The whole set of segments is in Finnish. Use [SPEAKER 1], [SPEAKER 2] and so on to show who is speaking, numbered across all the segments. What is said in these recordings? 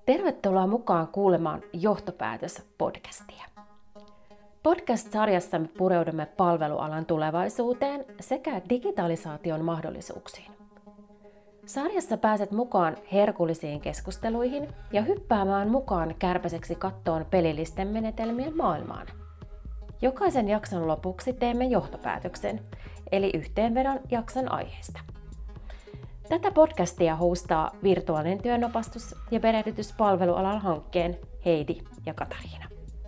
[SPEAKER 1] Tervetuloa mukaan kuulemaan Johtopäätös-podcastia. Podcast-sarjassa me pureudumme palvelualan tulevaisuuteen sekä digitalisaation mahdollisuuksiin. Sarjassa pääset mukaan herkullisiin keskusteluihin ja hyppäämään mukaan kärpäseksi kattoon pelillisten menetelmien maailmaan. Jokaisen jakson lopuksi teemme johtopäätöksen, eli yhteenvedon jakson aiheesta. Tätä podcastia hostaa virtuaalinen työnopastus- ja perehdytyspalvelualan hankkeen Heidi ja Katariina.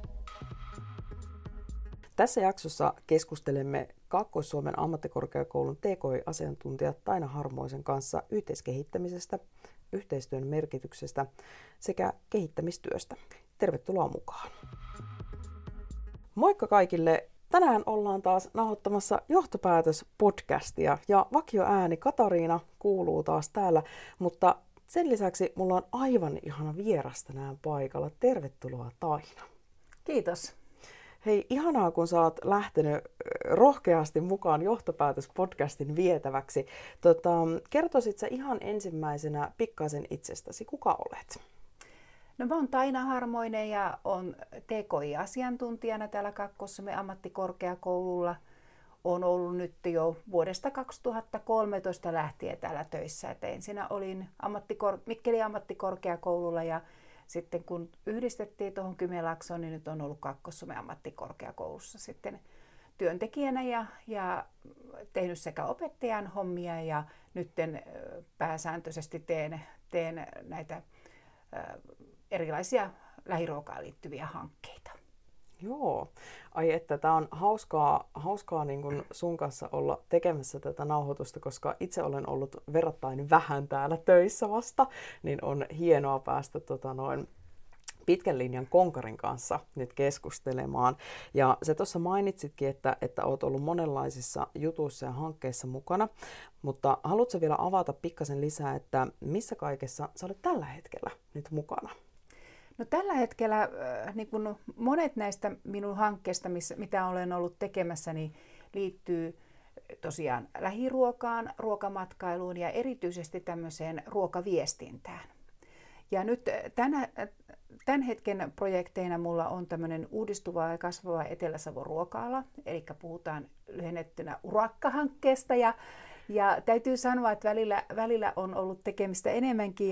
[SPEAKER 2] Tässä jaksossa keskustelemme Kaakkois-Suomen ammattikorkeakoulun TKI-asiantuntija Taina Harmoisen kanssa yhteiskehittämisestä, yhteistyön merkityksestä sekä kehittämistyöstä. Tervetuloa mukaan! Moikka kaikille! Tänään ollaan taas nauhoittamassa Johtopäätös-podcastia ja vakioääni Katariina kuuluu taas täällä, mutta sen lisäksi mulla on aivan ihana vieras tänään paikalla. Tervetuloa Taina.
[SPEAKER 3] Kiitos.
[SPEAKER 2] Hei, ihanaa kun sä oot lähtenyt rohkeasti mukaan Johtopäätös-podcastin vietäväksi. Kertoisit sä ihan ensimmäisenä pikkasen itsestäsi, kuka olet?
[SPEAKER 3] No mä oon Taina Harmoinen ja oon TKI-asiantuntijana täällä Kaakkois-Suomen ammattikorkeakoululla. Oon ollut nyt jo vuodesta 2013 lähtien täällä töissä. Et ensinnä olin Mikkelin ammattikorkeakoululla ja sitten kun yhdistettiin tuohon Kymenlaaksoon, niin nyt on ollut Kaakkois-Suomen ammattikorkeakoulussa sitten työntekijänä ja tehnyt sekä opettajan hommia ja nyt pääsääntöisesti teen näitä erilaisia lähiruokaan liittyviä hankkeita.
[SPEAKER 2] Joo, ai että tämä on hauskaa niin kun sun kanssa olla tekemässä tätä nauhoitusta, koska itse olen ollut verrattain vähän täällä töissä vasta, niin on hienoa päästä pitkän linjan konkarin kanssa nyt keskustelemaan. Ja sä tuossa mainitsitkin, että oot ollut monenlaisissa jutuissa ja hankkeissa mukana, mutta haluatko vielä avata pikkasen lisää, että missä kaikessa sä olet tällä hetkellä nyt mukana?
[SPEAKER 3] No tällä hetkellä niin kun monet näistä minun hankkeista, mitä olen ollut tekemässä, niin liittyy tosiaan lähiruokaan, ruokamatkailuun ja erityisesti tämmöiseen ruokaviestintään. Ja nyt tämän hetken projekteina mulla on tämmöinen uudistuva ja kasvava Etelä-Savon ruoka-ala, eli puhutaan lyhennettynä Urakka-hankkeesta. Ja täytyy sanoa, että välillä on ollut tekemistä enemmänkin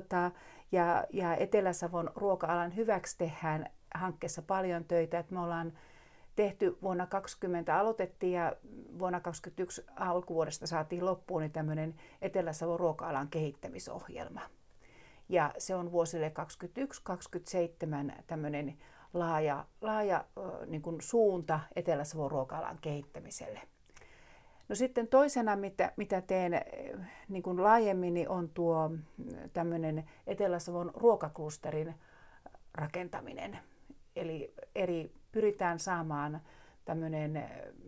[SPEAKER 3] ja Etelä-Savon ruoka-alan hyväksi tehdään hankkeessa paljon töitä. Että me ollaan tehty vuonna 2020 aloitettiin ja vuonna 2021 alkuvuodesta saatiin loppuun niin tämmöinen Etelä-Savon ruoka-alan kehittämisohjelma. Ja se on vuosille 2021-2027 tämmöinen laaja niin kuin suunta Etelä-Savon ruoka-alan kehittämiselle. No sitten toisena, mitä teen niin kuin laajemmin, niin on tuo tämmöinen Etelä-Savon ruokaklusterin rakentaminen. Eli pyritään saamaan tämmöinen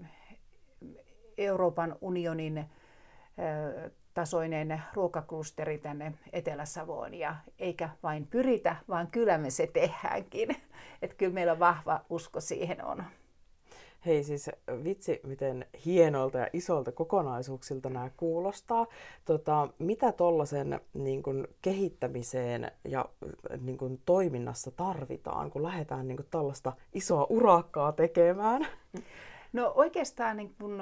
[SPEAKER 3] Euroopan unionin tasoinen ruokaklusteri tänne Etelä-Savoon. Ja eikä vain pyritä, vaan kyllä me se tehdäänkin. Että kyllä meillä vahva usko siihen on.
[SPEAKER 2] Hei siis vitsi, miten hienolta ja isolta kokonaisuuksilta nämä kuulostaa. Mitä tuollaisen niin kuin kehittämiseen ja niin kuin toiminnassa tarvitaan, kun lähdetään niin kuin tällaista isoa urakkaa tekemään?
[SPEAKER 3] No oikeastaan niin kuin,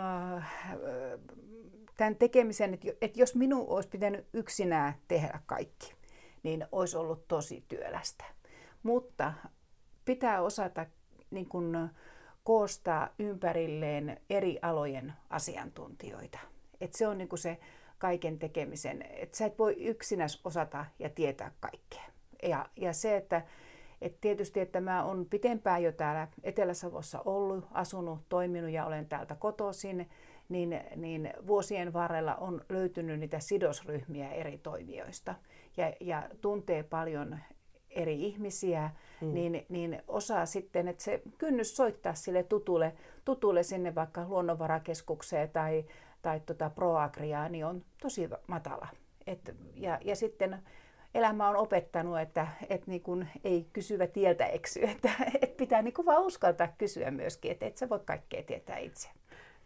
[SPEAKER 3] tämän tekemisen, että jos minun olisi pitänyt yksinään tehdä kaikki, niin olisi ollut tosi työlästä. Mutta pitää osata niin kuin koostaa ympärilleen eri alojen asiantuntijoita. Et se on niinku se kaiken tekemisen, että sä et voi yksinäs osata ja tietää kaikkea. Ja se, että tietysti, että mä oon pitempään jo täällä Etelä-Savossa ollut, asunut, toiminut ja olen täältä kotoisin, niin vuosien varrella on löytynyt niitä sidosryhmiä eri toimijoista ja tuntee paljon eri ihmisiä, niin osaa sitten, että se kynnys soittaa sille tutulle sinne vaikka luonnonvarakeskukseen tai ProAgriaan, niin on tosi matala. Ja sitten elämä on opettanut, että niin kun ei kysyvä tieltä eksy, että pitää niin kun vaan uskaltaa kysyä myöskin, että et sä voi kaikkea tietää itse.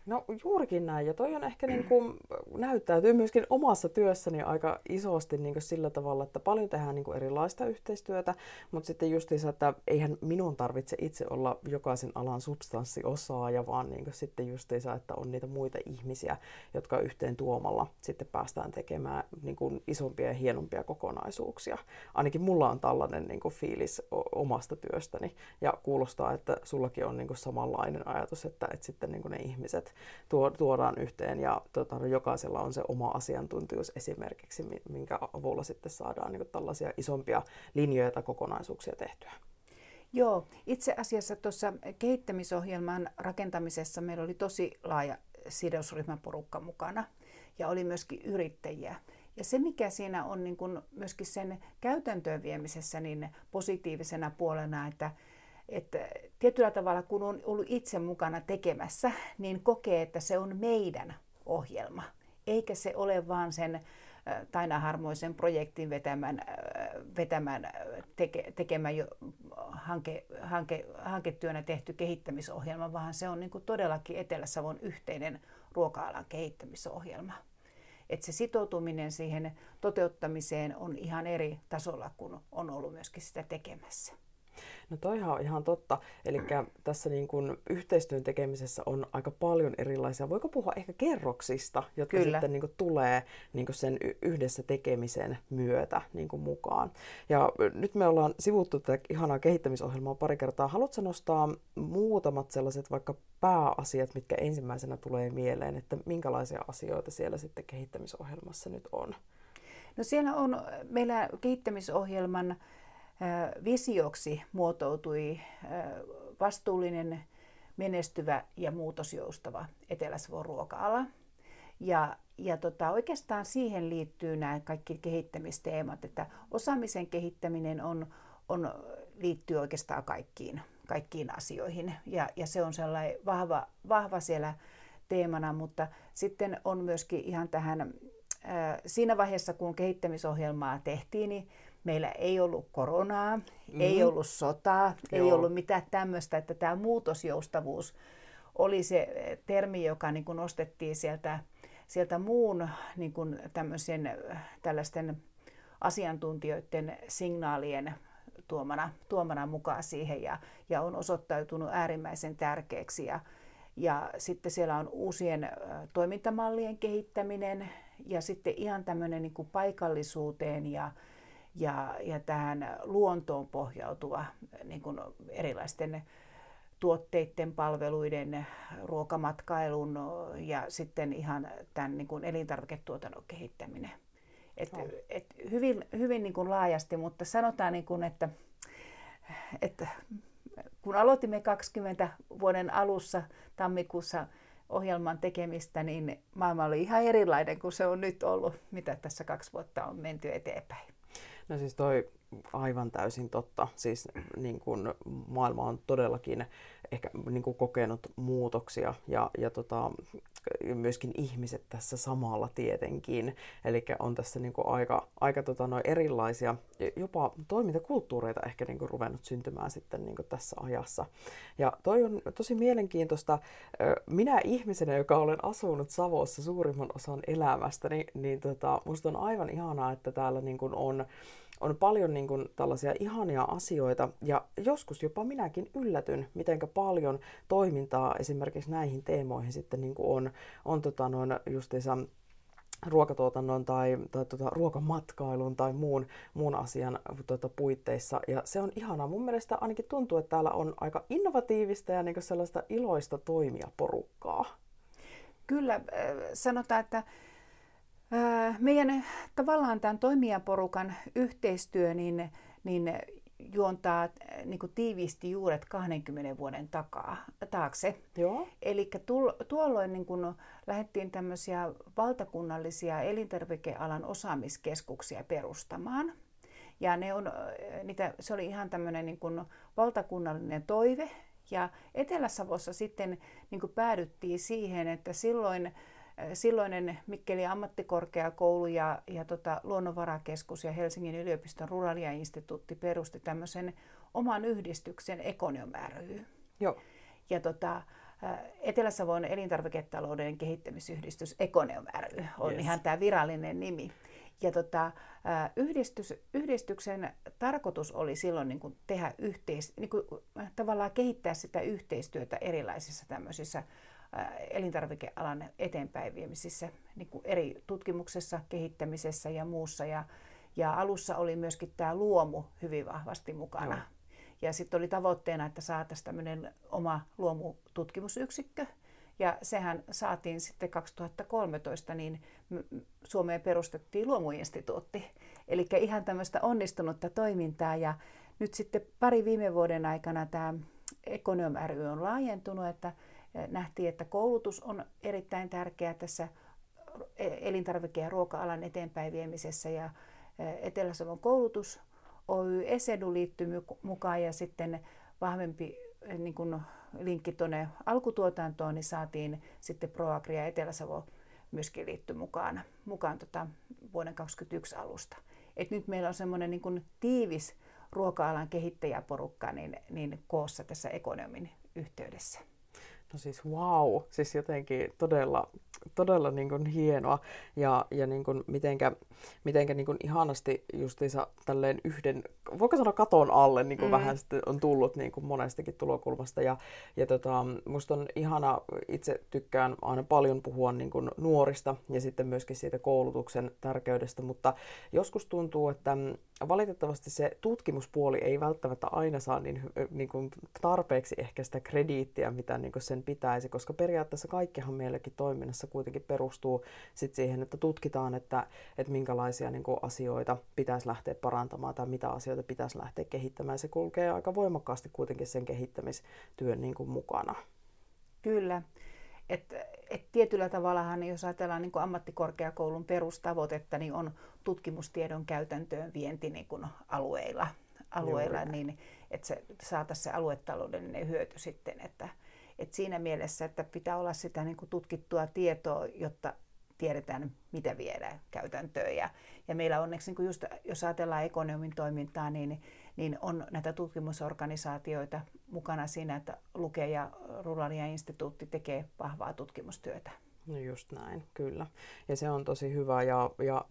[SPEAKER 2] No juurikin näin, ja toi on ehkä niin kuin, näyttäytyy myöskin omassa työssäni aika isosti niin kuin sillä tavalla, että paljon tehdään niin kuin erilaista yhteistyötä, mutta sitten justiinsa, että eihän minun tarvitse itse olla jokaisen alan substanssiosaaja, vaan niin kuin sitten justiinsa, että on niitä muita ihmisiä, jotka yhteen tuomalla sitten päästään tekemään niin kuin isompia ja hienompia kokonaisuuksia. Ainakin mulla on tällainen niin kuin fiilis omasta työstäni, ja kuulostaa, että sullakin on niin kuin samanlainen ajatus, että sitten niin kuin ne ihmiset tuodaan yhteen ja jokaisella on se oma asiantuntijuus esimerkiksi, minkä avulla sitten saadaan niin kuin tällaisia isompia linjoja tai kokonaisuuksia tehtyä.
[SPEAKER 3] Joo, itse asiassa tuossa kehittämisohjelman rakentamisessa meillä oli tosi laaja sidosryhmäporukka mukana ja oli myöskin yrittäjiä. Ja se, mikä siinä on niin kun myöskin sen käytäntöön viemisessä niin positiivisena puolena, että tietyllä tavalla, kun on ollut itse mukana tekemässä, niin kokee, että se on meidän ohjelma, eikä se ole vaan sen Taina Harmoisen projektin tekemä hanketyönä tehty kehittämisohjelma, vaan se on niin kuin todellakin Etelä-Savon yhteinen ruoka-alan kehittämisohjelma. Että se sitoutuminen siihen toteuttamiseen on ihan eri tasolla, kun on ollut myöskin sitä tekemässä.
[SPEAKER 2] No toihan on ihan totta. Eli tässä niin kuin yhteistyön tekemisessä on aika paljon erilaisia, voiko puhua ehkä kerroksista, jotka
[SPEAKER 3] Kyllä.
[SPEAKER 2] sitten niin kuin tulee niin kuin sen yhdessä tekemisen myötä niin kuin mukaan. Ja nyt me ollaan sivuttu tätä ihanaa kehittämisohjelmaa pari kertaa. Haluatko nostaa muutamat sellaiset vaikka pääasiat, mitkä ensimmäisenä tulee mieleen, että minkälaisia asioita siellä sitten kehittämisohjelmassa nyt on?
[SPEAKER 3] No siellä on meillä kehittämisohjelman visioksi muotoutui vastuullinen, menestyvä ja muutosjoustava Etelä-Savon ruoka-ala. Ja oikeastaan siihen liittyy nämä kaikki kehittämisteemat, että osaamisen kehittäminen liittyy oikeastaan kaikkiin asioihin. Ja se on sellainen vahva siellä teemana, mutta sitten on myöskin ihan tähän, siinä vaiheessa kun kehittämisohjelmaa tehtiin, niin meillä ei ollut koronaa, ei ollut sotaa, ei ollut mitään tämmöistä, että tämä muutosjoustavuus oli se termi, joka niin kuin nostettiin sieltä muun niin kuin tällaisten asiantuntijoiden signaalien tuomana mukaan siihen ja on osoittautunut äärimmäisen tärkeäksi. Ja sitten siellä on uusien toimintamallien kehittäminen ja sitten ihan tämmöinen niin kuin paikallisuuteen ja tähän luontoon pohjautuva niin kuin erilaisten tuotteiden, palveluiden, ruokamatkailun ja sitten ihan tämän niin kuin elintarviketuotannon kehittäminen. Hyvin niin kuin laajasti, mutta sanotaan, niin kuin, että kun aloitimme 20 vuoden alussa tammikuussa ohjelman tekemistä, niin maailma oli ihan erilainen kuin se on nyt ollut, mitä tässä 2 vuotta on menty eteenpäin.
[SPEAKER 2] No siis toi aivan täysin totta. Siis niin kun maailma on todellakin ehkä niin kun kokenut muutoksia ja myöskin ihmiset tässä samalla tietenkin. Eli on tässä niin kun aika erilaisia jopa toimintakulttuureita ehkä niin kun ruvennut syntymään sitten niin kun tässä ajassa. Ja toi on tosi mielenkiintoista. Minä ihmisenä, joka olen asunut Savossa suurimman osan elämästäni, niin musta on aivan ihanaa, että täällä niin kun on paljon niin kuin tällaisia ihania asioita ja joskus jopa minäkin yllätyn, mitenkä paljon toimintaa esimerkiksi näihin teemoihin sitten niin kuin on justiinsa ruokatuotannon tai ruokamatkailun tai muun asian puitteissa. Ja se on ihanaa. Mun mielestä ainakin tuntuu, että täällä on aika innovatiivista ja niin kuin sellaista iloista toimijaporukkaa. Kyllä,
[SPEAKER 3] sanotaan, että meidän tavallaan tämän toimijaporukan yhteistyö niin juontaa niin kuin tiiviisti juuret 20 vuoden taakse. Eli tuolloin niin kun lähdettiin tämmöisiä valtakunnallisia elintarvikealan osaamiskeskuksia perustamaan. Ja se oli ihan tämmöinen niin kuin valtakunnallinen toive. Ja Etelä-Savossa sitten niin kuin päädyttiin siihen, että silloinen Mikkelin ammattikorkeakoulu ja Luonnonvarakeskus ja Helsingin yliopiston Ruralia-instituutti perusti tämmöisen oman yhdistyksen Econium ry.
[SPEAKER 2] Joo.
[SPEAKER 3] Ja Etelä-Savon elintarviketalouden kehittämisyhdistys Econeum ry on ihan tämä virallinen nimi. Ja yhdistyksen tarkoitus oli silloin niin kuin tehdä tavallaan kehittää sitä yhteistyötä erilaisissa tämmöisissä elintarvikealan eteenpäin viemisissä, niin kuin eri tutkimuksessa, kehittämisessä ja muussa. Ja alussa oli myöskin tämä luomu hyvin vahvasti mukana. No. Ja sitten oli tavoitteena, että saataisiin tämmöinen oma luomututkimusyksikkö. Ja sehän saatiin sitten 2013, niin Suomeen perustettiin luomuinstituutti. Eli ihan tämmöistä onnistunutta toimintaa. Ja nyt sitten viime vuoden aikana tämä Econeum ry on laajentunut, että nähtiin, että koulutus on erittäin tärkeää tässä elintarvike- ja ruoka-alan eteenpäin viemisessä. Ja Etelä-Savon koulutus Oy ESEDU liittyy mukaan ja sitten vahvempi niin kuin linkki tuonne alkutuotantoon, niin saatiin sitten ProAgri ja Etelä-Savo myöskin liittyy mukaan vuoden 2021 alusta. Et nyt meillä on semmoinen niin kuin tiivis ruoka-alan kehittäjäporukka niin koossa tässä Econeumin yhteydessä.
[SPEAKER 2] No siis wow, siis jotenkin todella niin kuin hienoa ja niin kuin mitenkä niin kuin ihanasti justiinsa tälleen yhden, voiko sanoa katon alle niin kuin vähän sitten on tullut niin kuin monestakin tulokulmasta ja musta on ihana, itse tykkään aina paljon puhua niin kuin nuorista ja sitten myöskin siitä koulutuksen tärkeydestä, mutta joskus tuntuu, että valitettavasti se tutkimuspuoli ei välttämättä aina saa niin kuin tarpeeksi ehkä sitä krediittiä, mitä niin kuin sen pitäisi, koska periaatteessa kaikkihan meilläkin toiminnassa kuitenkin perustuu sit siihen, että tutkitaan, että minkälaisia niin kuin asioita pitäisi lähteä parantamaan tai mitä asioita pitäisi lähteä kehittämään. Se kulkee aika voimakkaasti kuitenkin sen kehittämistyön niin kuin mukana.
[SPEAKER 3] Kyllä. Et tietyllä tavallahan, jos ajatellaan niin kuin ammattikorkeakoulun perustavoitetta, niin on tutkimustiedon käytäntöön vienti niin kuin alueilla niin että se saataisiin se aluetaloudellinen hyöty sitten. Että siinä mielessä, että pitää olla sitä niin kuin tutkittua tietoa, jotta tiedetään, mitä viedään käytäntöön. Ja meillä onneksi, niin kuin just, jos ajatellaan Econeumin toimintaa, niin on näitä tutkimusorganisaatioita mukana siinä, että Luke ja Ruralia-instituutti tekee vahvaa tutkimustyötä.
[SPEAKER 2] No just näin, kyllä. Ja se on tosi hyvä ja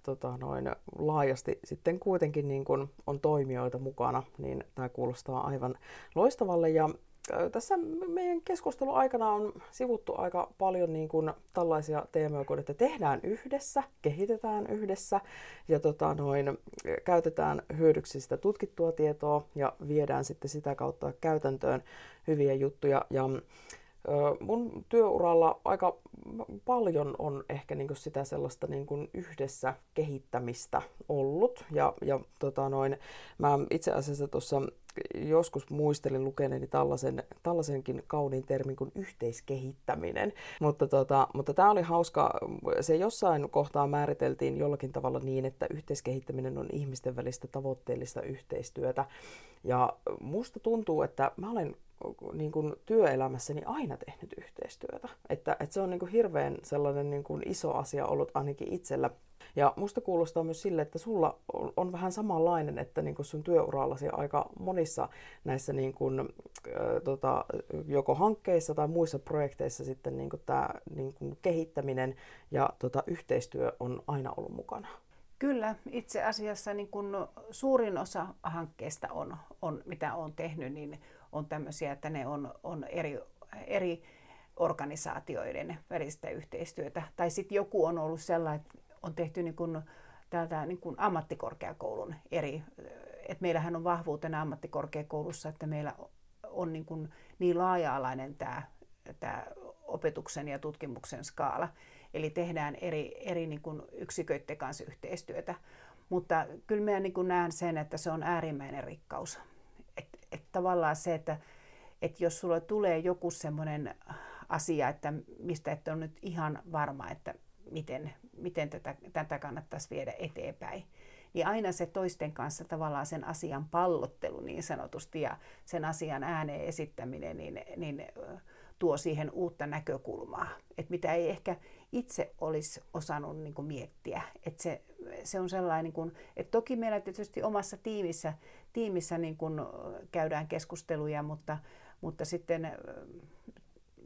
[SPEAKER 2] laajasti sitten kuitenkin niin kun on toimijoita mukana, niin tämä kuulostaa aivan loistavalle. Ja tässä meidän keskustelun aikana on sivuttu aika paljon niin kuin tällaisia teemoja kuin, että tehdään yhdessä, kehitetään yhdessä ja käytetään hyödyksi sitä tutkittua tietoa ja viedään sitten sitä kautta käytäntöön hyviä juttuja. Ja mun työuralla aika paljon on ehkä niin kuin sitä sellaista niin kuin yhdessä kehittämistä ollut. Mä itse asiassa tuossa joskus muistelin lukeneeni tällaisenkin kauniin termin kuin yhteiskehittäminen. Mutta tämä oli hauska. Se jossain kohtaa määriteltiin jollakin tavalla niin, että yhteiskehittäminen on ihmisten välistä tavoitteellista yhteistyötä. Ja musta tuntuu, että mä olen niin kuin työelämässäni aina tehnyt yhteistyötä. Että se on niin kuin hirveän sellainen niin kuin iso asia ollut ainakin itsellä. Ja musta kuulostaa myös sille, että sulla on vähän samanlainen, että niin kuin sun työurallasi aika monissa näissä niin kuin, joko hankkeissa tai muissa projekteissa sitten niin kuin tämä niin kuin kehittäminen ja yhteistyö on aina ollut mukana.
[SPEAKER 3] Kyllä, itse asiassa niin kun suurin osa hankkeista on mitä olen tehnyt, niin on tämmöisiä, että ne on eri organisaatioiden välistä yhteistyötä. Tai sitten joku on ollut sellainen, että on tehty niin kun täältä niin kun ammattikorkeakoulun että meillähän on vahvuutena ammattikorkeakoulussa, että meillä on niin laaja-alainen tämä opetuksen ja tutkimuksen skaala. Eli tehdään eri niin kuin yksiköiden kanssa yhteistyötä. Mutta kyllä minä niin kuin näen sen, että se on äärimmäinen rikkaus. Että tavallaan se, että jos sulla tulee joku semmoinen asia, että mistä et ole nyt ihan varma, että miten tätä kannattaisi viedä eteenpäin, niin aina se toisten kanssa tavallaan sen asian pallottelu niin sanotusti ja sen asian ääneen esittäminen, niin tuo siihen uutta näkökulmaa, että mitä ei ehkä itse olisi osannut niin kuin miettiä. Että se on sellainen, niin kuin, että toki meillä tietysti omassa tiimissä niin kuin käydään keskusteluja, mutta sitten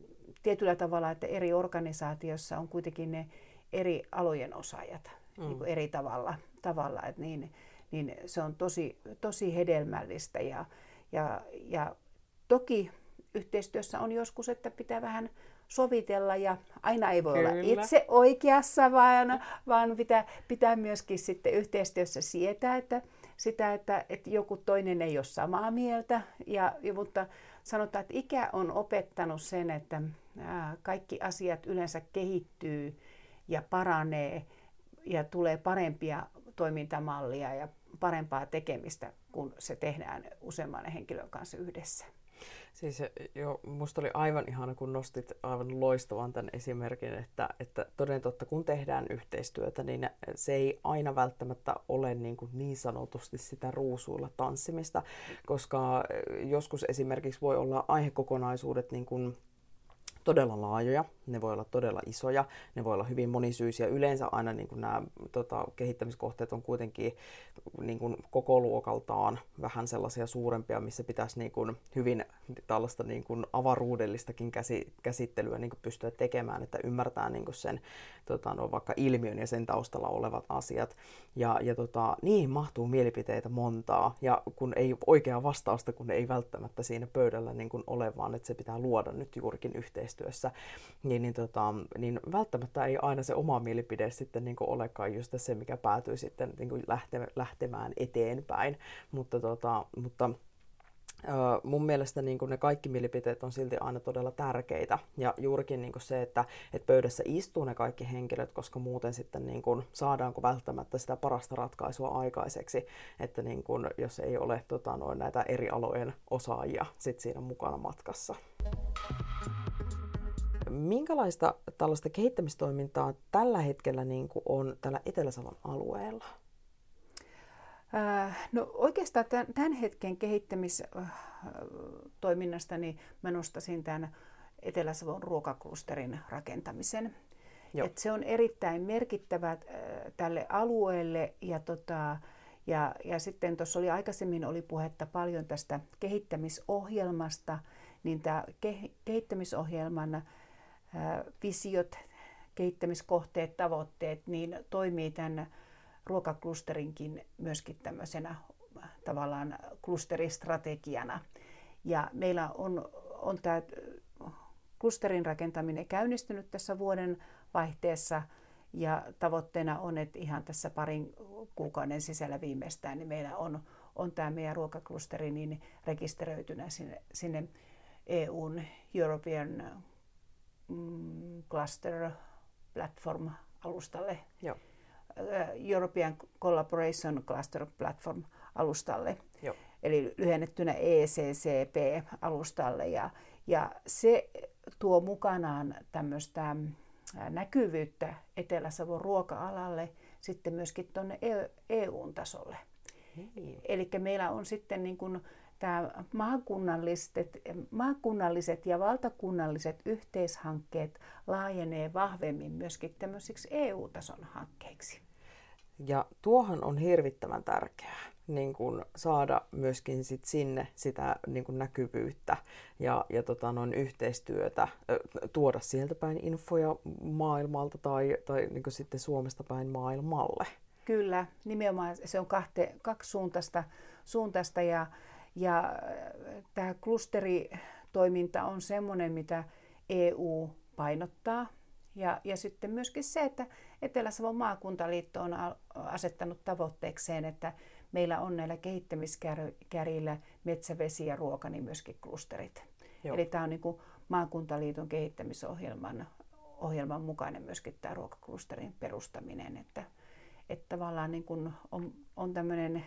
[SPEAKER 3] tietyllä tavalla, että eri organisaatiossa on kuitenkin ne eri alojen osaajat niin kuin eri tavalla että niin se on tosi hedelmällistä ja toki yhteistyössä on joskus, että pitää vähän sovitella ja aina ei voi olla itse oikeassa, vaan pitää myöskin sitten yhteistyössä sietää, että joku toinen ei ole samaa mieltä, mutta sanotaan, että ikä on opettanut sen, että kaikki asiat yleensä kehittyy ja paranee ja tulee parempia toimintamallia ja parempaa tekemistä, kun se tehdään useamman henkilön kanssa yhdessä.
[SPEAKER 2] Siis musta oli aivan ihana, kun nostit aivan loistavan tämän esimerkin, että toden totta, kun tehdään yhteistyötä, niin se ei aina välttämättä ole niin sanotusti sitä ruusuilla tanssimista, koska joskus esimerkiksi voi olla aihekokonaisuudet todella laajoja, ne voi olla todella isoja, ne voi olla hyvin monisyisiä. Yleensä aina nämä kehittämiskohteet on kuitenkin koko luokaltaan vähän sellaisia suurempia, missä pitäisi hyvin tällaista avaruudellistakin käsittelyä pystyä tekemään, että ymmärtää sen vaikka ilmiön ja sen taustalla olevat asiat. Ja niihin mahtuu mielipiteitä montaa, ja kun ei oikeaa vastausta, kun ei välttämättä siinä pöydällä ole, vaan että se pitää luoda nyt juurikin yhteistyössä, niin välttämättä ei aina se oma mielipide sitten olekaan just se, mikä päätyy sitten lähtemään eteenpäin, mutta mun mielestä ne kaikki mielipiteet on silti aina todella tärkeitä, ja juurikin se, että pöydässä istuu ne kaikki henkilöt, koska muuten sitten saadaanko välttämättä sitä parasta ratkaisua aikaiseksi, että jos ei ole näitä eri alojen osaajia sit siinä mukana matkassa. Minkälaista tällaista kehittämistoimintaa tällä hetkellä on tällä Etelä-Savon alueella?
[SPEAKER 3] No oikeastaan tämän hetken kehittämistoiminnasta niin mä nostasin tämän Etelä-Savon ruokaklusterin rakentamisen. Et se on erittäin merkittävä tälle alueelle ja sitten tuossa aikaisemmin oli puhetta paljon tästä kehittämisohjelmasta, niin tämä kehittämisohjelman visiot, kehittämiskohteet, tavoitteet, niin toimii tämän ruokaklusterinkin myöskin tämmöisenä tavallaan klusteristrategiana. Ja meillä on tämä klusterin rakentaminen käynnistynyt tässä vuoden vaihteessa, ja tavoitteena on, että ihan tässä parin kuukauden sisällä viimeistään niin meillä on tämä meidän ruokaklusteri niin rekisteröitynä sinne EUn European Cluster Platform-alustalle.
[SPEAKER 2] Joo.
[SPEAKER 3] European Collaboration Cluster Platform-alustalle,
[SPEAKER 2] Joo.
[SPEAKER 3] eli lyhennettynä ECCP-alustalle. Ja se tuo mukanaan tämmöistä näkyvyyttä Etelä-Savon ruoka-alalle sitten myöskin tuonne EU-tasolle. Eli meillä on sitten tämä maakunnalliset ja valtakunnalliset yhteishankkeet laajenee vahvemmin myöskin tämmöisiksi EU-tason hankkeiksi.
[SPEAKER 2] Ja tuohan on hirvittävän tärkeää saada myöskin sinne sitä näkyvyyttä ja yhteistyötä, tuoda sieltä päin infoja maailmalta tai sitten Suomesta päin maailmalle.
[SPEAKER 3] Kyllä, nimenomaan se on kaksisuuntaista ja tämä klusteritoiminta on semmoinen, mitä EU painottaa. Ja sitten myöskin se, että Etelä-Savon maakuntaliitto on asettanut tavoitteekseen, että meillä on näillä kehittämiskärjillä metsä, vesi ja ruoka, niin myöskin klusterit. Joo. Eli tämä on maakuntaliiton kehittämisohjelman mukainen myöskin tämä ruokaklusterin perustaminen. Että tavallaan on tämmöinen,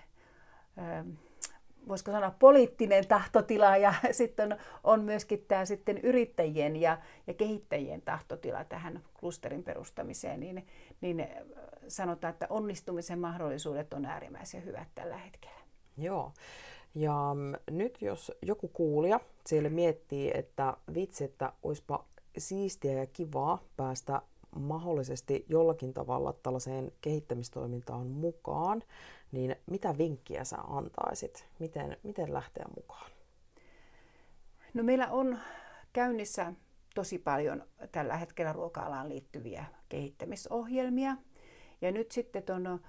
[SPEAKER 3] voisiko sanoa, poliittinen tahtotila ja sitten on myöskin tämä sitten yrittäjien ja kehittäjien tahtotila tähän klusterin perustamiseen, niin sanotaan, että onnistumisen mahdollisuudet on äärimmäisen hyvät tällä hetkellä.
[SPEAKER 2] Joo. Ja nyt jos joku kuulija siellä miettii, että vitsi, että olisipa siistiä ja kivaa päästä mahdollisesti jollakin tavalla tällaiseen kehittämistoimintaan mukaan, niin mitä vinkkiä sä antaisit? Miten lähteä mukaan?
[SPEAKER 3] No meillä on käynnissä tosi paljon tällä hetkellä ruoka-alaan liittyviä kehittämisohjelmia. Ja nyt sitten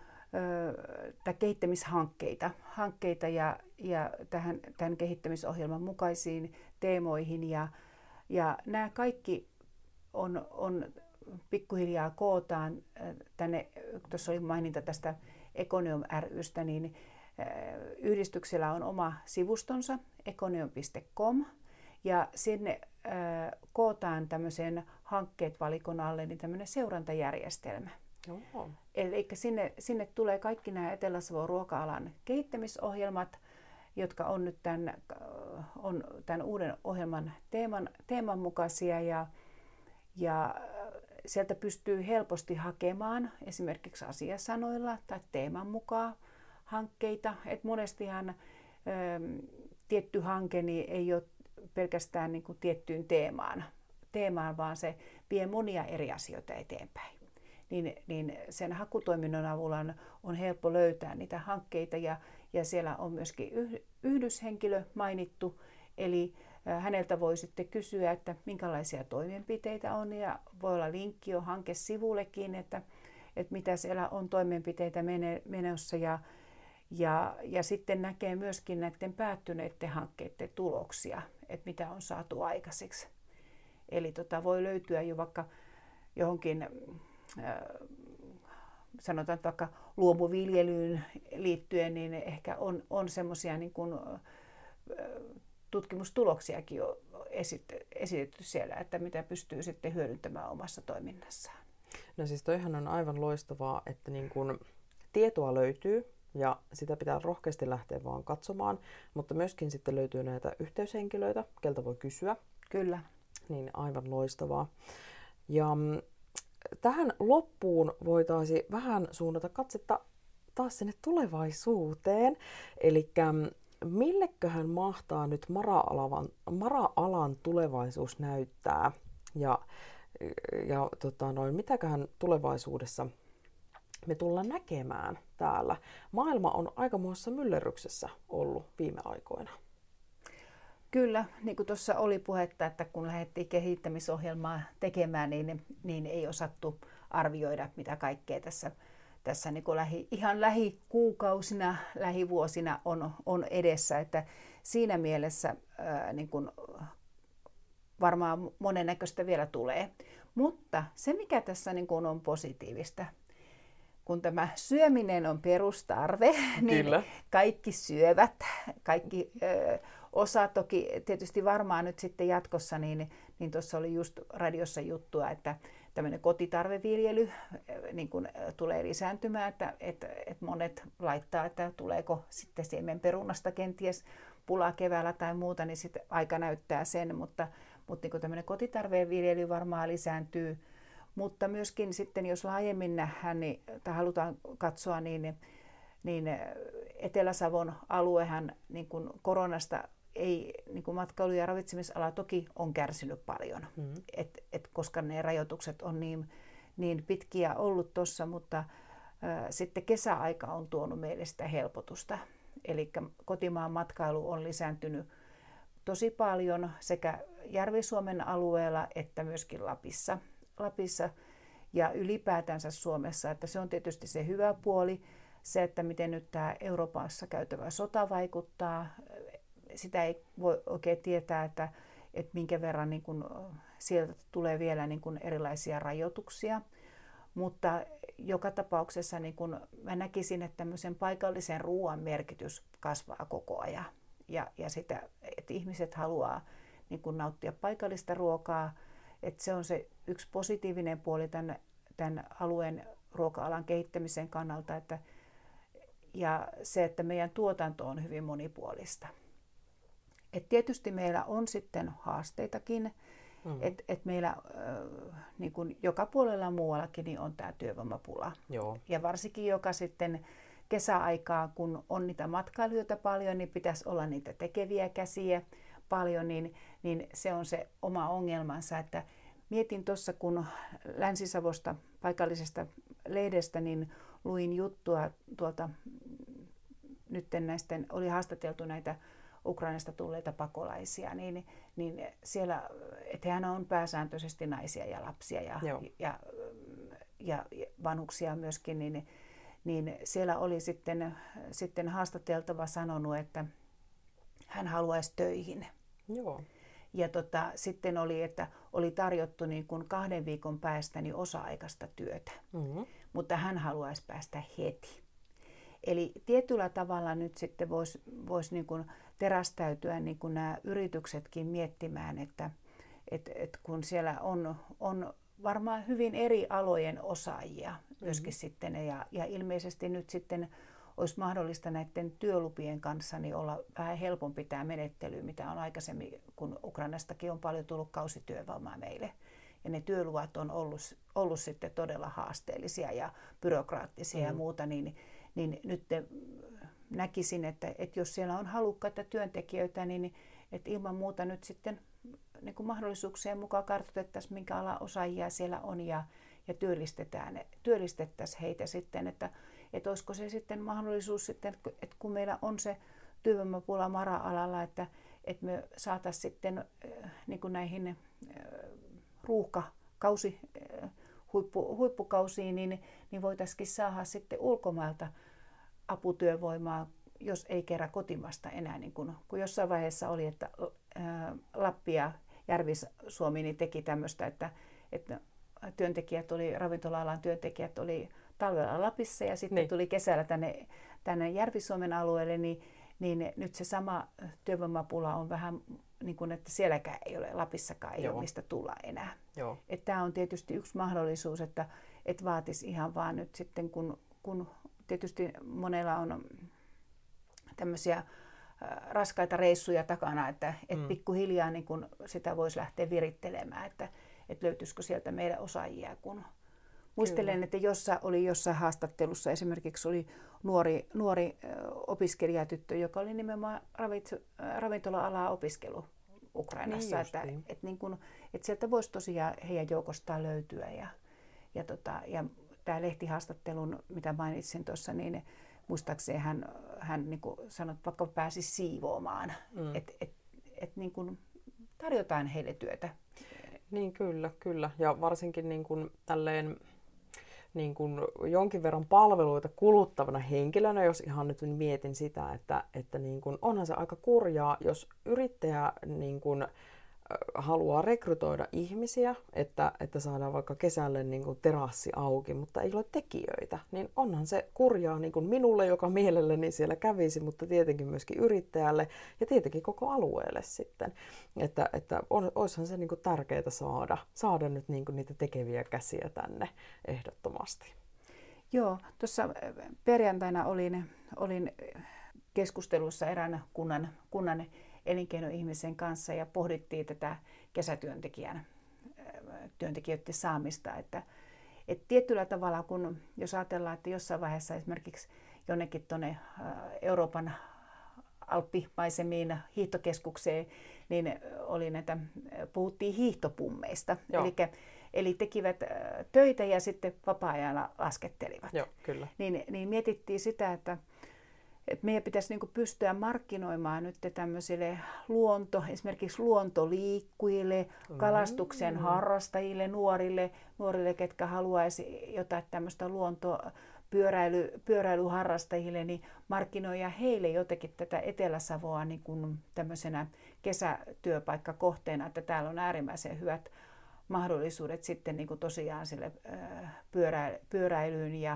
[SPEAKER 3] kehittämishankkeita ja tämän kehittämisohjelman mukaisiin teemoihin. Ja nämä kaikki on pikkuhiljaa kootaan tänne, tuossa oli maininta tästä Econeum ry:stä, niin yhdistyksellä on oma sivustonsa econeum.com ja sinne kootaan tämmöisen hankkeet valikon alle niin tämmöinen seurantajärjestelmä.
[SPEAKER 2] Joo.
[SPEAKER 3] Eli sinne tulee kaikki nämä Etelä-Savon ruoka-alan kehittämisohjelmat, jotka on nyt tämän uuden ohjelman teeman mukaisia ja sieltä pystyy helposti hakemaan esimerkiksi asiasanoilla tai teeman mukaan hankkeita. Et monestihan tietty hanke niin ei ole pelkästään niin kuin tiettyyn teemaan, vaan se vie monia eri asioita eteenpäin. Niin sen hakutoiminnon avulla on helppo löytää niitä hankkeita ja siellä on myöskin yhdyshenkilö mainittu, eli häneltä voi sitten kysyä, että minkälaisia toimenpiteitä on ja voi olla linkki jo hankesivullekin, että mitä siellä on toimenpiteitä menossa ja sitten näkee myöskin näiden päättyneiden hankkeiden tuloksia, että mitä on saatu aikaiseksi. Eli voi löytyä jo vaikka johonkin sanotaan vaikka luomuviljelyyn liittyen, niin ehkä on semmoisia niin kuin tutkimustuloksiakin jo esitetty siellä, että mitä pystyy sitten hyödyntämään omassa toiminnassaan.
[SPEAKER 2] No siis toihan on aivan loistavaa, että niin kun tietoa löytyy ja sitä pitää rohkeasti lähteä vaan katsomaan, mutta myöskin sitten löytyy näitä yhteyshenkilöitä, keltä voi kysyä.
[SPEAKER 3] Kyllä.
[SPEAKER 2] Niin aivan loistavaa. Ja tähän loppuun voitaisiin vähän suunnata katsetta taas sinne tulevaisuuteen. Eli milleköhän mahtaa nyt mara-alan tulevaisuus näyttää ja mitäköhän tulevaisuudessa me tullaan näkemään täällä. Maailma on aikamoisessa myllerryksessä ollut viime aikoina.
[SPEAKER 3] Kyllä, niin kuin tuossa oli puhetta, että kun lähdettiin kehittämisohjelmaa tekemään, niin ei osattu arvioida, mitä kaikkea tässä niin kuin ihan lähikuukausina, lähivuosina on edessä. Että siinä mielessä niin kuin varmaan monennäköistä vielä tulee. Mutta se, mikä tässä niin kuin on positiivista, kun tämä syöminen on perustarve, niin
[SPEAKER 2] Kyllä.
[SPEAKER 3] kaikki syövät, kaikki osa toki tietysti varmaan nyt sitten jatkossa, niin tuossa oli just radiossa juttua, että tämmöinen kotitarveviljely niin kun tulee lisääntymään, että monet laittaa, että tuleeko sitten siemenperunasta kenties pulaa keväällä tai muuta, niin sitten aika näyttää sen, mutta niin kun tämmöinen kotitarveviljely varmaan lisääntyy. Mutta myöskin sitten, jos laajemmin nähdään tai halutaan katsoa, niin Etelä-Savon aluehan niin kuin koronasta ei, niin kuin matkailu- ja ravitsemisala toki on kärsinyt paljon, koska ne rajoitukset on niin pitkiä ollut tuossa, mutta sitten kesäaika on tuonut meille sitä helpotusta. Eli kotimaan matkailu on lisääntynyt tosi paljon sekä Järvi-Suomen alueella että myöskin Lapissa ja ylipäätänsä Suomessa, että se on tietysti se hyvä puoli, se, että miten nyt tämä Euroopassa käytävä sota vaikuttaa, sitä ei voi oikein tietää, että minkä verran niin kun sieltä tulee vielä niin kun erilaisia rajoituksia, mutta joka tapauksessa niin kun mä näkisin, että tämmöisen paikallisen ruoan merkitys kasvaa koko ajan ja sitä, että ihmiset haluaa niin kun nauttia paikallista ruokaa. Että se on se yksi positiivinen puoli tämän alueen ruoka-alan kehittämisen kannalta. Ja se, että meidän tuotanto on hyvin monipuolista. Et tietysti meillä on sitten haasteitakin. Että meillä niin kuin joka puolella muuallakin niin on tämä työvoimapula.
[SPEAKER 2] Joo.
[SPEAKER 3] Ja varsinkin joka sitten kesäaikaa, kun on niitä matkailijoita paljon, niin pitäisi olla niitä tekeviä käsiä paljon, niin se on se oma ongelmansa, että mietin tuossa, kun Länsi-Savosta paikallisesta lehdestä, niin luin juttua tuolta, nyt näistä oli haastateltu näitä Ukrainasta tulleita pakolaisia, niin siellä, että hän on pääsääntöisesti naisia ja lapsia ja vanhuksia myöskin, niin siellä oli sitten haastateltava sanonut, että hän haluaisi töihin.
[SPEAKER 2] Joo.
[SPEAKER 3] Ja sitten oli, että oli tarjottu niin kuin 2 viikon päästä niin osa-aikaista työtä, mutta hän haluaisi päästä heti. Eli tietyllä tavalla nyt sitten voisi niin kuin terästäytyä niin kuin nämä yrityksetkin miettimään, että kun siellä on varmaan hyvin eri alojen osaajia myöskin sitten, ja ilmeisesti nyt sitten olisi mahdollista näiden työlupien kanssa niin olla vähän helpompi tämä menettely, mitä on aikaisemmin, kun Ukrainastakin on paljon tullut kausityövoimaa meille. Ja ne työluvat on ollut sitten todella haasteellisia ja byrokraattisia ja muuta, niin nyt näkisin, että jos siellä on halukkaita työntekijöitä, niin että ilman muuta nyt sitten niin kuin mahdollisuuksien mukaan kartoitettaisiin, minkä alan osaajia siellä on ja työllistettäisiin heitä sitten, että olisiko se sitten mahdollisuus sitten, että kun meillä on se työvoimapula mara-alalla, että me saataisiin sitten niin kuin näihin huippukausiin, niin voitaisiin saada sitten ulkomailta aputyövoimaa, jos ei kerran kotimasta enää, niin kun jossain vaiheessa oli, että Lappi ja Järvi-Suomi niin teki tämmöistä, että työntekijät ravintola-alan työntekijät oli talvella Lapissa ja sitten tuli kesällä tänne Järvi-Suomen alueelle, niin nyt se sama työvoimapula on vähän niin kuin, että sielläkään ei ole, Lapissakaan ei ole mistä tulla enää. Tämä on tietysti yksi mahdollisuus, että vaatisi ihan vaan nyt sitten, kun tietysti monella on tämmöisiä raskaita reissuja takana, että pikkuhiljaa niin kun sitä voisi lähteä virittelemään, että löytyisikö sieltä meidän osaajia. Kun muistelen, että jossain haastattelussa esimerkiksi oli nuori opiskelijatyttö, joka oli nimenomaan ravintola-alaa opiskelu Ukrainassa,
[SPEAKER 2] niin
[SPEAKER 3] että sieltä voisi tosiaan heidän joukostaan löytyä. Ja tämä lehtihaastattelun, mitä mainitsin tuossa, niin muistaakseni hän niin kuin sanoi, että vaikka pääsisi siivoamaan, että niin kuin tarjotaan heille työtä.
[SPEAKER 2] Niin kyllä. Ja varsinkin niin kuin tälleen niin kuin jonkin verran palveluita kuluttavana henkilönä, jos ihan nyt mietin sitä, että niin kuin onhan se aika kurjaa, jos yrittäjä niin kuin haluaa rekrytoida ihmisiä, että saadaan vaikka kesälle niin kuin terassi auki, mutta ei ole tekijöitä, niin onhan se kurjaa niin kuin minulle, joka mielelläni siellä kävisi, mutta tietenkin myöskin yrittäjälle ja tietenkin koko alueelle sitten. Että olisihan se niin kuin tärkeää saada nyt niin kuin niitä tekeviä käsiä tänne ehdottomasti.
[SPEAKER 3] Joo, tuossa perjantaina olin keskustelussa erään kunnan elinkeinoihmisen kanssa ja pohdittiin tätä työntekijöiden saamista, että tietyllä tavalla, jos ajatellaan, että jossain vaiheessa esimerkiksi jonnekin tuonne Euroopan alppimaisemiin hiihtokeskukseen, niin puhuttiin hiihtopummeista, eli tekivät töitä ja sitten vapaa-ajalla laskettelivat.
[SPEAKER 2] Joo, kyllä.
[SPEAKER 3] Niin mietittiin sitä, että meidän pitäisi niin kuin pystyä markkinoimaan nyt tämmöisille esimerkiksi luontoliikkujille, kalastuksen harrastajille, nuorille, ketkä haluaisi jotain tämmöistä pyöräilyharrastajille, niin markkinoida heille jotenkin tätä Etelä-Savoa niin kuin tämmöisenä kesätyöpaikkakohteena, että täällä on äärimmäisen hyvät mahdollisuudet sitten niin kuin tosiaan sille pyöräilyyn ja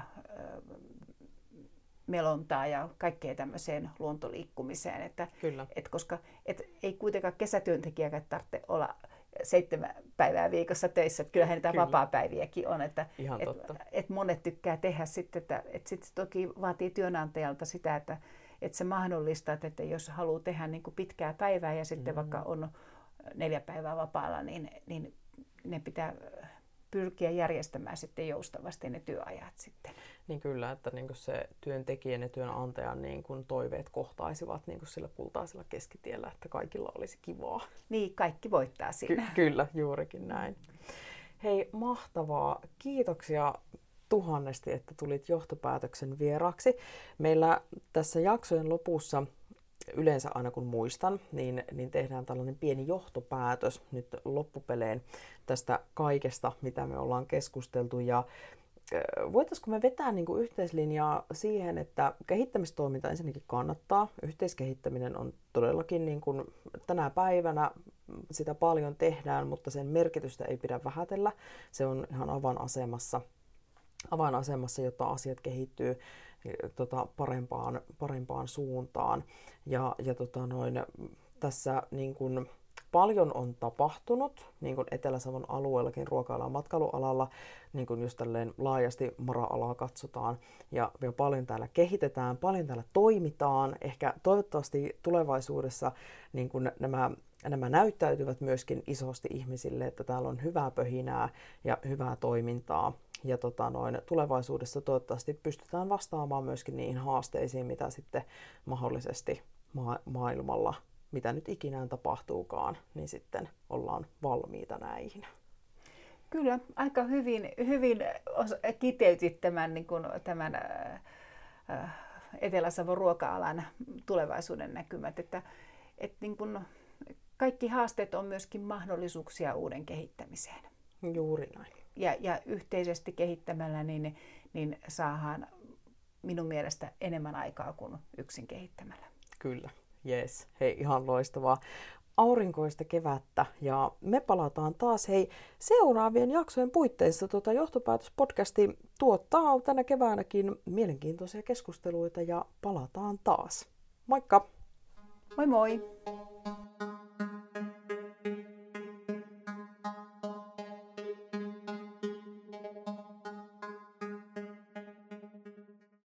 [SPEAKER 3] melontaa ja kaikkeen tämmöiseen luontoliikkumiseen, koska ei kuitenkaan kesätyöntekijäkään tarvitse olla 7 päivää viikossa töissä, että kyllähän niitä vapaapäiviäkin on, että monet tykkää tehdä sitten, että sitten toki vaatii työnantajalta sitä, että se mahdollistaa, että jos haluaa tehdä niin kuin pitkää päivää ja sitten vaikka on 4 päivää vapaalla, niin ne pitää pyrkiä järjestämään sitten joustavasti ne työajat sitten.
[SPEAKER 2] Niin kyllä, että niin kuin se työntekijän ja työnantajan niin kuin toiveet kohtaisivat niin kuin sillä kultaisella keskitiellä, että kaikilla olisi kivaa.
[SPEAKER 3] Niin, kaikki voittaa siinä.
[SPEAKER 2] Kyllä, juurikin näin. Hei, mahtavaa. Kiitoksia tuhannesti, että tulit johtopäätöksen vieraksi. Meillä tässä jaksojen lopussa yleensä aina kun muistan, niin tehdään tällainen pieni johtopäätös nyt loppupeleen tästä kaikesta, mitä me ollaan keskusteltu. Ja voitaisiko me vetää niin kuin yhteislinjaa siihen, että kehittämistoiminta ensinnäkin kannattaa. Yhteiskehittäminen on todellakin niin kuin tänä päivänä sitä paljon tehdään, mutta sen merkitystä ei pidä vähätellä. Se on ihan avainasemassa, jotta asiat kehittyy parempaan suuntaan. Ja tässä niin kuin paljon on tapahtunut, niin kuin Etelä-Savon alueellakin ruoka-alan matkailualalla, niin kuin just tälleen laajasti mara-alaa katsotaan. Ja paljon täällä kehitetään, paljon täällä toimitaan. Ehkä toivottavasti tulevaisuudessa niin kuin nämä näyttäytyvät myöskin isosti ihmisille, että täällä on hyvää pöhinää ja hyvää toimintaa. Ja tulevaisuudessa toivottavasti pystytään vastaamaan myöskin niihin haasteisiin, mitä sitten mahdollisesti maailmalla, mitä nyt ikinään tapahtuukaan, niin sitten ollaan valmiita näihin.
[SPEAKER 3] Kyllä, aika hyvin kiteytit tämän Etelä-Savon ruoka-alan tulevaisuuden näkymät, että niin kuin kaikki haasteet on myöskin mahdollisuuksia uuden kehittämiseen.
[SPEAKER 2] Juuri näin.
[SPEAKER 3] Ja yhteisesti kehittämällä niin saadaan minun mielestä enemmän aikaa kuin yksin kehittämällä.
[SPEAKER 2] Kyllä, jes. Hei, ihan loistavaa. Aurinkoista kevättä ja me palataan taas seuraavien jaksojen puitteissa. Johtopäätöspodcasti tuottaa tänä keväänäkin mielenkiintoisia keskusteluita ja palataan taas. Moikka!
[SPEAKER 3] Moi moi!